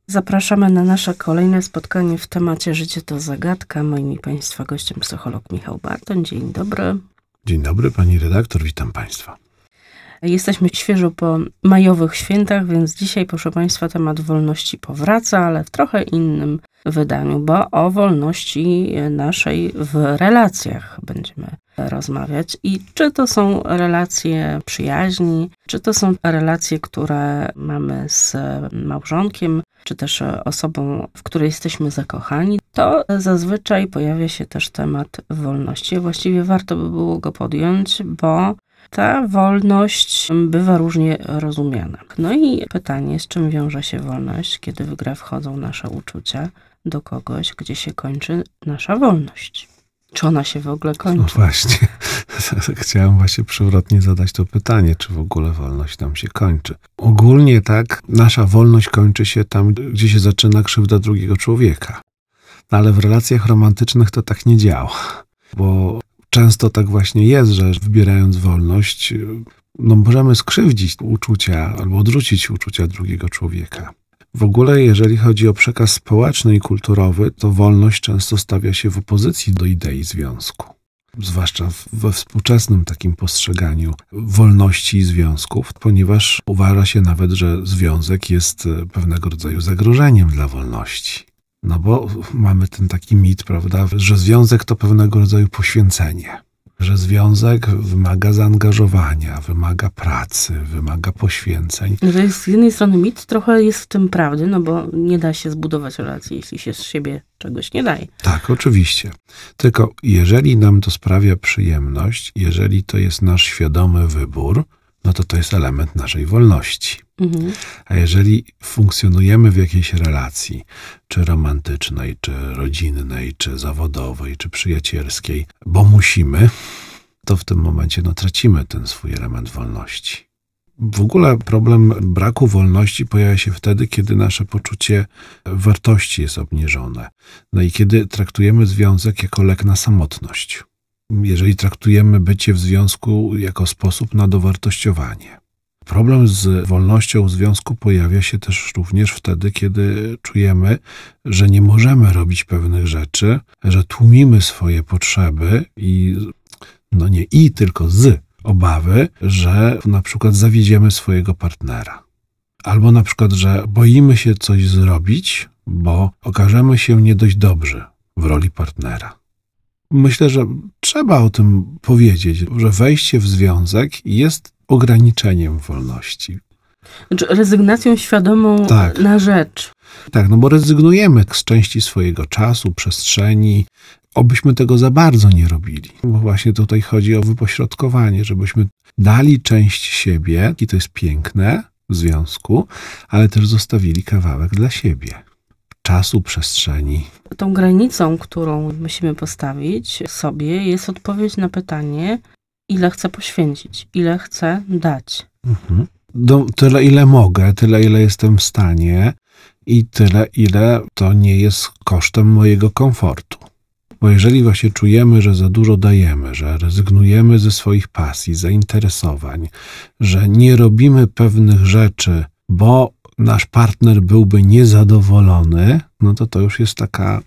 Zapraszamy na nasze kolejne spotkanie w temacie Życie to zagadka. Moim i Państwa gościem psycholog Michał Bartoń. Dzień dobry. Dzień dobry, pani redaktor, witam Państwa. Jesteśmy świeżo po majowych świętach, więc dzisiaj, proszę Państwa, temat wolności powraca, ale w trochę innym wydaniu, bo o wolności naszej w relacjach będziemy rozmawiać. I czy to są relacje przyjaźni, czy to są relacje, które mamy z małżonkiem, czy też osobą, w której jesteśmy zakochani, to zazwyczaj pojawia się też temat wolności. Właściwie warto by było go podjąć, bo ta wolność bywa różnie rozumiana. No i pytanie, z czym wiąże się wolność, kiedy w grę wchodzą nasze uczucia do kogoś, gdzie się kończy nasza wolność? Czy ona się w ogóle kończy? No właśnie, chciałem właśnie przewrotnie zadać to pytanie, czy w ogóle wolność nam się kończy. Ogólnie tak, nasza wolność kończy się tam, gdzie się zaczyna krzywda drugiego człowieka. No ale w relacjach romantycznych to tak nie działa, bo często tak właśnie jest, że wybierając wolność, możemy skrzywdzić uczucia albo odrzucić uczucia drugiego człowieka. W ogóle, jeżeli chodzi o przekaz społeczny i kulturowy, to wolność często stawia się w opozycji do idei związku. Zwłaszcza we współczesnym takim postrzeganiu wolności i związków, ponieważ uważa się nawet, że związek jest pewnego rodzaju zagrożeniem dla wolności. No bo mamy ten taki mit, prawda, że związek to pewnego rodzaju poświęcenie. Że związek wymaga zaangażowania, wymaga pracy, wymaga poświęceń. To jest z jednej strony mit, trochę jest w tym prawdy, no bo nie da się zbudować relacji, jeśli się z siebie czegoś nie daje. Tak, oczywiście. Tylko jeżeli nam to sprawia przyjemność, jeżeli to jest nasz świadomy wybór, no to jest element naszej wolności. Mhm. A jeżeli funkcjonujemy w jakiejś relacji, czy romantycznej, czy rodzinnej, czy zawodowej, czy przyjacielskiej, bo musimy, to w tym momencie tracimy ten swój element wolności. W ogóle problem braku wolności pojawia się wtedy, kiedy nasze poczucie wartości jest obniżone. No i kiedy traktujemy związek jako lek na samotność. Jeżeli traktujemy bycie w związku jako sposób na dowartościowanie. Problem z wolnością w związku pojawia się też również wtedy, kiedy czujemy, że nie możemy robić pewnych rzeczy, że tłumimy swoje potrzeby tylko z obawy, że na przykład zawiedziemy swojego partnera. Albo na przykład, że boimy się coś zrobić, bo okażemy się nie dość dobrzy w roli partnera. Myślę, że trzeba o tym powiedzieć, że wejście w związek jest ograniczeniem wolności. Znaczy rezygnacją świadomą na rzecz. Tak, bo rezygnujemy z części swojego czasu, przestrzeni, obyśmy tego za bardzo nie robili. Bo właśnie tutaj chodzi o wypośrodkowanie, żebyśmy dali część siebie, i to jest piękne w związku, ale też zostawili kawałek dla siebie. Czasu, przestrzeni. Tą granicą, którą musimy postawić sobie, jest odpowiedź na pytanie, ile chcę poświęcić, ile chcę dać. Mhm. Tyle, ile mogę, tyle, ile jestem w stanie i tyle, ile to nie jest kosztem mojego komfortu. Bo jeżeli właśnie czujemy, że za dużo dajemy, że rezygnujemy ze swoich pasji, zainteresowań, że nie robimy pewnych rzeczy, bo nasz partner byłby niezadowolony, to już jest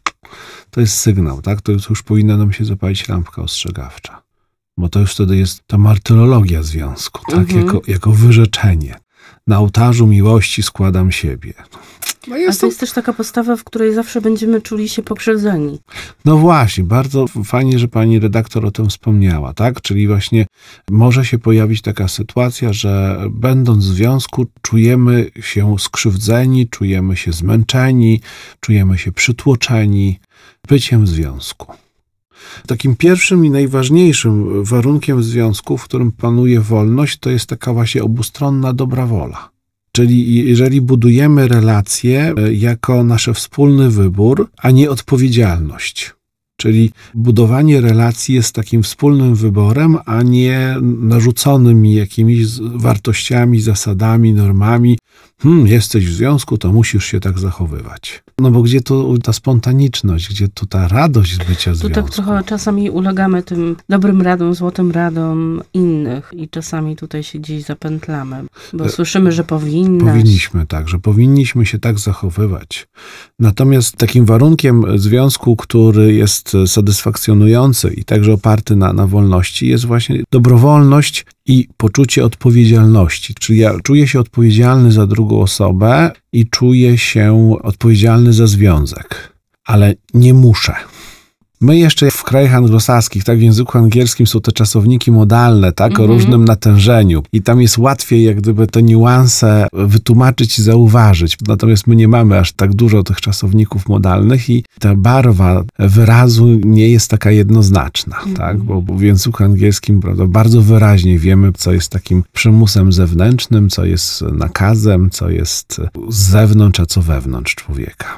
to jest sygnał, tak? To już powinna nam się zapalić lampka ostrzegawcza. Bo to już wtedy jest ta martyrologia związku, tak? Jako wyrzeczenie. Na ołtarzu miłości składam siebie. A to jest też taka postawa, w której zawsze będziemy czuli się pokrzywdzeni. No właśnie, bardzo fajnie, że pani redaktor o tym wspomniała, tak? Czyli właśnie może się pojawić taka sytuacja, że będąc w związku czujemy się skrzywdzeni, czujemy się zmęczeni, czujemy się przytłoczeni byciem w związku. Takim pierwszym i najważniejszym warunkiem związku, w którym panuje wolność, to jest taka właśnie obustronna dobra wola. Czyli jeżeli budujemy relacje jako nasz wspólny wybór, a nie odpowiedzialność. Czyli budowanie relacji jest takim wspólnym wyborem, a nie narzuconymi jakimiś wartościami, zasadami, normami, jesteś w związku, to musisz się tak zachowywać. No bo gdzie tu ta spontaniczność, gdzie tu ta radość z bycia w związku? Tu tak trochę czasami ulegamy tym dobrym radom, złotym radom innych i czasami tutaj się gdzieś zapętlamy, bo słyszymy, że powinniśmy tak, że powinniśmy się tak zachowywać. Natomiast takim warunkiem związku, który jest satysfakcjonujący i także oparty na wolności, jest właśnie dobrowolność i poczucie odpowiedzialności. Czyli ja czuję się odpowiedzialny za drugą osobę i czuję się odpowiedzialny za związek, ale nie muszę. My jeszcze w krajach anglosaskich, tak, w języku angielskim są te czasowniki modalne, tak, o różnym natężeniu. I tam jest łatwiej jak gdyby te niuanse wytłumaczyć i zauważyć. Natomiast my nie mamy aż tak dużo tych czasowników modalnych i ta barwa wyrazu nie jest taka jednoznaczna, tak, bo w języku angielskim, prawda, bardzo wyraźnie wiemy, co jest takim przymusem zewnętrznym, co jest nakazem, co jest z zewnątrz, a co wewnątrz człowieka.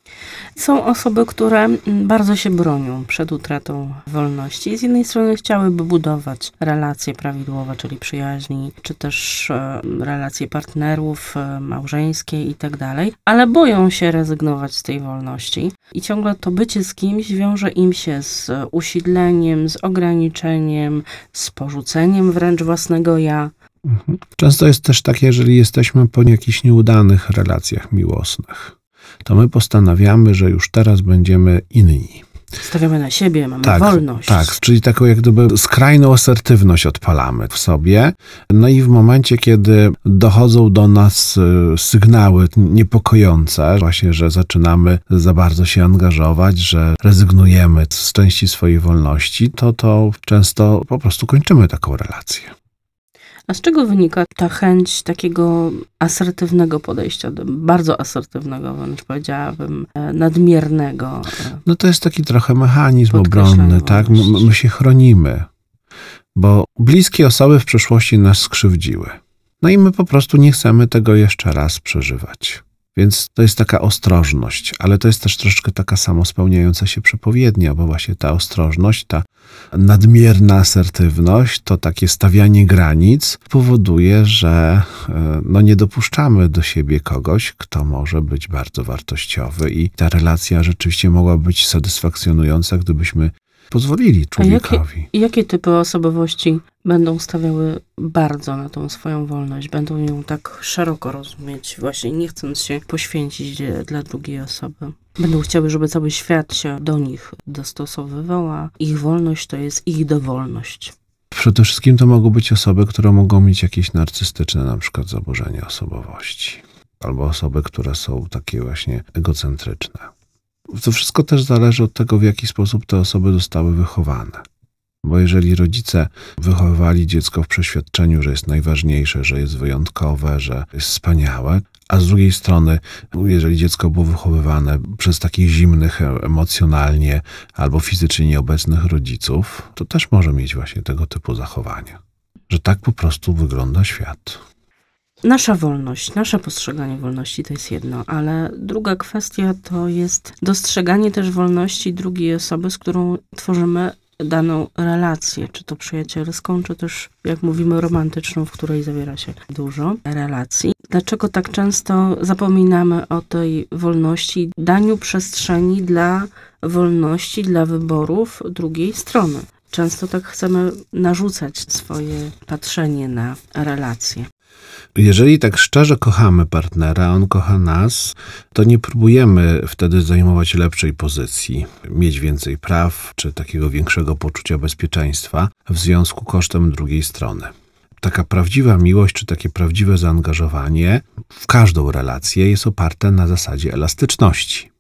Są osoby, które bardzo się bronią przed utratą wolności. Z jednej strony chciałyby budować relacje prawidłowe, czyli przyjaźni, czy też relacje partnerów, małżeńskie i tak dalej, ale boją się rezygnować z tej wolności. I ciągle to bycie z kimś wiąże im się z usidleniem, z ograniczeniem, z porzuceniem wręcz własnego ja. Często jest też tak, jeżeli jesteśmy po jakichś nieudanych relacjach miłosnych, to my postanawiamy, że już teraz będziemy inni. Stawiamy na siebie, mamy wolność. Tak, czyli taką jak gdyby skrajną asertywność odpalamy w sobie. No i w momencie, kiedy dochodzą do nas sygnały niepokojące, właśnie, że zaczynamy za bardzo się angażować, że rezygnujemy z części swojej wolności, to często po prostu kończymy taką relację. A z czego wynika ta chęć takiego asertywnego podejścia, bardzo asertywnego, wręcz powiedziałabym, nadmiernego? No to jest taki trochę mechanizm obronny, tak? My się chronimy, bo bliskie osoby w przeszłości nas skrzywdziły. No i my po prostu nie chcemy tego jeszcze raz przeżywać. Więc to jest taka ostrożność, ale to jest też troszeczkę taka samospełniająca się przepowiednia, bo właśnie ta ostrożność, ta nadmierna asertywność, to takie stawianie granic powoduje, że nie dopuszczamy do siebie kogoś, kto może być bardzo wartościowy i ta relacja rzeczywiście mogła być satysfakcjonująca, gdybyśmy pozwolili człowiekowi. Jakie typy osobowości będą stawiały bardzo na tą swoją wolność? Będą ją tak szeroko rozumieć, właśnie nie chcąc się poświęcić dla drugiej osoby. Będą chciały, żeby cały świat się do nich dostosowywał, a ich wolność to jest ich dowolność. Przede wszystkim to mogą być osoby, które mogą mieć jakieś narcystyczne na przykład zaburzenia osobowości. Albo osoby, które są takie właśnie egocentryczne. To wszystko też zależy od tego, w jaki sposób te osoby zostały wychowane. Bo jeżeli rodzice wychowywali dziecko w przeświadczeniu, że jest najważniejsze, że jest wyjątkowe, że jest wspaniałe, a z drugiej strony, jeżeli dziecko było wychowywane przez takich zimnych emocjonalnie albo fizycznie nieobecnych rodziców, to też może mieć właśnie tego typu zachowania. Że tak po prostu wygląda świat. Nasza wolność, nasze postrzeganie wolności to jest jedno, ale druga kwestia to jest dostrzeganie też wolności drugiej osoby, z którą tworzymy daną relację, czy to przyjacielską, czy też, jak mówimy, romantyczną, w której zawiera się dużo relacji. Dlaczego tak często zapominamy o tej wolności, daniu przestrzeni dla wolności, dla wyborów drugiej strony? Często tak chcemy narzucać swoje patrzenie na relacje. Jeżeli tak szczerze kochamy partnera, on kocha nas, to nie próbujemy wtedy zajmować lepszej pozycji, mieć więcej praw, czy takiego większego poczucia bezpieczeństwa w związku kosztem drugiej strony. Taka prawdziwa miłość, czy takie prawdziwe zaangażowanie w każdą relację jest oparte na zasadzie elastyczności.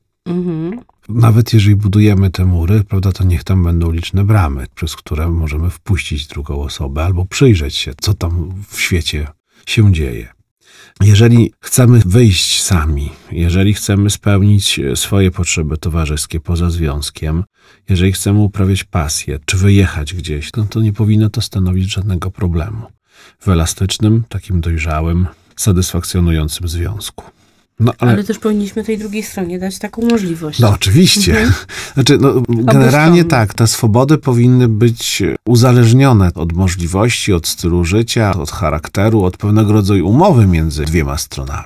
Nawet jeżeli budujemy te mury, prawda, to niech tam będą liczne bramy, przez które możemy wpuścić drugą osobę albo przyjrzeć się, co tam w świecie się dzieje. Jeżeli chcemy wyjść sami, jeżeli chcemy spełnić swoje potrzeby towarzyskie poza związkiem, jeżeli chcemy uprawiać pasję, czy wyjechać gdzieś, no to nie powinno to stanowić żadnego problemu w elastycznym, takim dojrzałym, satysfakcjonującym związku. No, ale też powinniśmy tej drugiej stronie dać taką możliwość. No oczywiście. Znaczy, generalnie tak, te swobody powinny być uzależnione od możliwości, od stylu życia, od charakteru, od pewnego rodzaju umowy między dwiema stronami.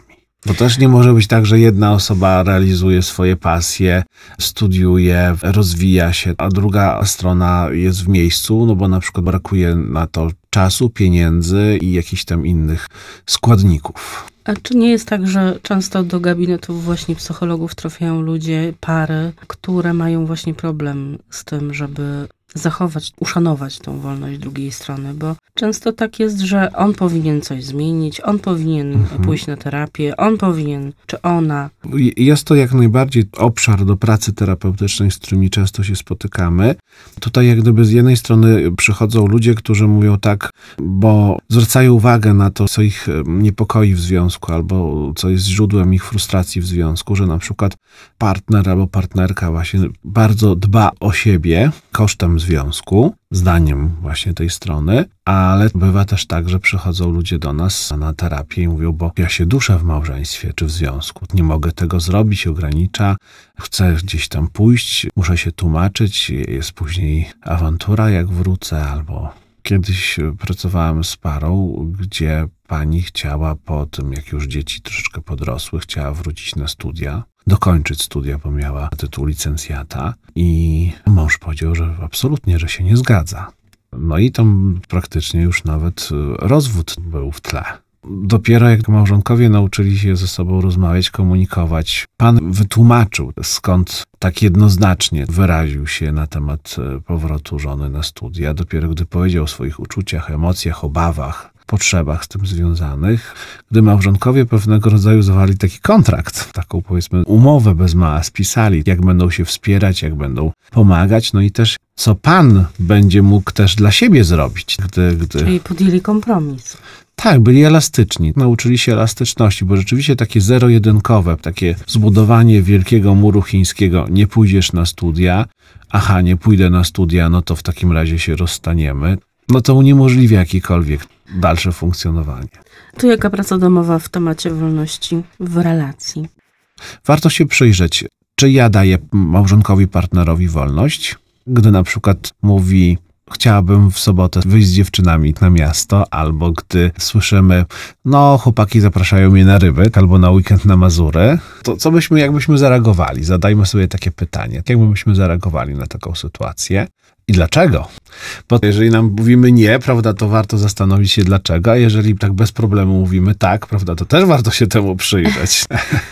Bo też nie może być tak, że jedna osoba realizuje swoje pasje, studiuje, rozwija się, a druga strona jest w miejscu, no bo na przykład brakuje na to czasu, pieniędzy i jakichś tam innych składników. A czy nie jest tak, że często do gabinetów właśnie psychologów trafiają ludzie, pary, które mają właśnie problem z tym, żeby zachować, uszanować tą wolność drugiej strony, bo często tak jest, że on powinien coś zmienić, on powinien pójść na terapię, on powinien, czy ona. Jest to jak najbardziej obszar do pracy terapeutycznej, z którymi często się spotykamy. Tutaj jak gdyby z jednej strony przychodzą ludzie, którzy mówią tak, bo zwracają uwagę na to, co ich niepokoi w związku, albo co jest źródłem ich frustracji w związku, że na przykład partner albo partnerka właśnie bardzo dba o siebie kosztem związku, zdaniem właśnie tej strony, ale bywa też tak, że przychodzą ludzie do nas na terapię i mówią, bo ja się duszę w małżeństwie czy w związku, nie mogę tego zrobić, ogranicza, chcę gdzieś tam pójść, muszę się tłumaczyć, jest później awantura, jak wrócę, albo kiedyś pracowałem z parą, gdzie pani chciała po tym, jak już dzieci troszeczkę podrosły, chciała wrócić na studia, dokończyć studia, bo miała tytuł licencjata i mąż powiedział, że absolutnie, że się nie zgadza. No i tam praktycznie już nawet rozwód był w tle. Dopiero jak małżonkowie nauczyli się ze sobą rozmawiać, komunikować, pan wytłumaczył, skąd tak jednoznacznie wyraził się na temat powrotu żony na studia. Dopiero gdy powiedział o swoich uczuciach, emocjach, obawach, potrzebach z tym związanych, gdy małżonkowie pewnego rodzaju zawarli taki kontrakt, taką powiedzmy umowę bez mała, spisali, jak będą się wspierać, jak będą pomagać, no i też co pan będzie mógł też dla siebie zrobić. Czyli podjęli kompromis. Tak, byli elastyczni, nauczyli się elastyczności, bo rzeczywiście takie zero-jedynkowe, takie zbudowanie wielkiego muru chińskiego, nie pójdziesz na studia, aha, nie pójdę na studia, no to w takim razie się rozstaniemy, no to uniemożliwia jakiekolwiek dalsze funkcjonowanie. To jaka praca domowa w temacie wolności w relacji? Warto się przyjrzeć, czy ja daję małżonkowi, partnerowi wolność, gdy na przykład mówi, chciałabym w sobotę wyjść z dziewczynami na miasto, albo gdy słyszymy, no chłopaki zapraszają mnie na ryby, albo na weekend na Mazury, to co byśmy, jakbyśmy zareagowali? Zadajmy sobie takie pytanie, jak byśmy zareagowali na taką sytuację i dlaczego? Bo jeżeli nam mówimy nie, prawda, to warto zastanowić się dlaczego, a jeżeli tak bez problemu mówimy tak, prawda, to też warto się temu przyjrzeć.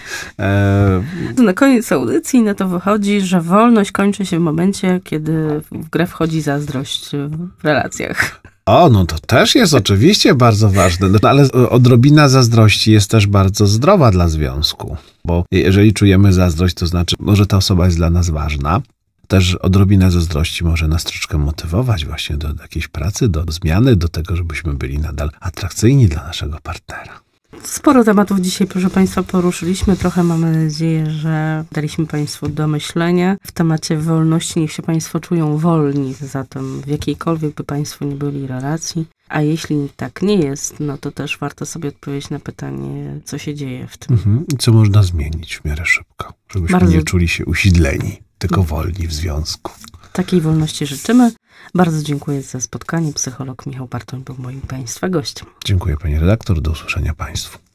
Na koniec audycji na to wychodzi, że wolność kończy się w momencie, kiedy w grę wchodzi zazdrość w relacjach. O, no to też jest oczywiście bardzo ważne, no, ale odrobina zazdrości jest też bardzo zdrowa dla związku, bo jeżeli czujemy zazdrość, to znaczy, że ta osoba jest dla nas ważna. Też odrobina zazdrości może nas troszeczkę motywować właśnie do jakiejś pracy, do zmiany, do tego, żebyśmy byli nadal atrakcyjni dla naszego partnera. Sporo tematów dzisiaj, proszę Państwa, poruszyliśmy. Trochę mamy nadzieję, że daliśmy Państwu do myślenia w temacie wolności. Niech się Państwo czują wolni zatem w jakiejkolwiek by Państwo nie byli relacji. A jeśli tak nie jest, no to też warto sobie odpowiedzieć na pytanie, co się dzieje w tym. I co można zmienić w miarę szybko, żebyśmy nie czuli się usidleni, tylko wolni w związku. Takiej wolności życzymy. Bardzo dziękuję za spotkanie. Psycholog Michał Bartoń był moim Państwa gościem. Dziękuję Pani redaktor. Do usłyszenia Państwu.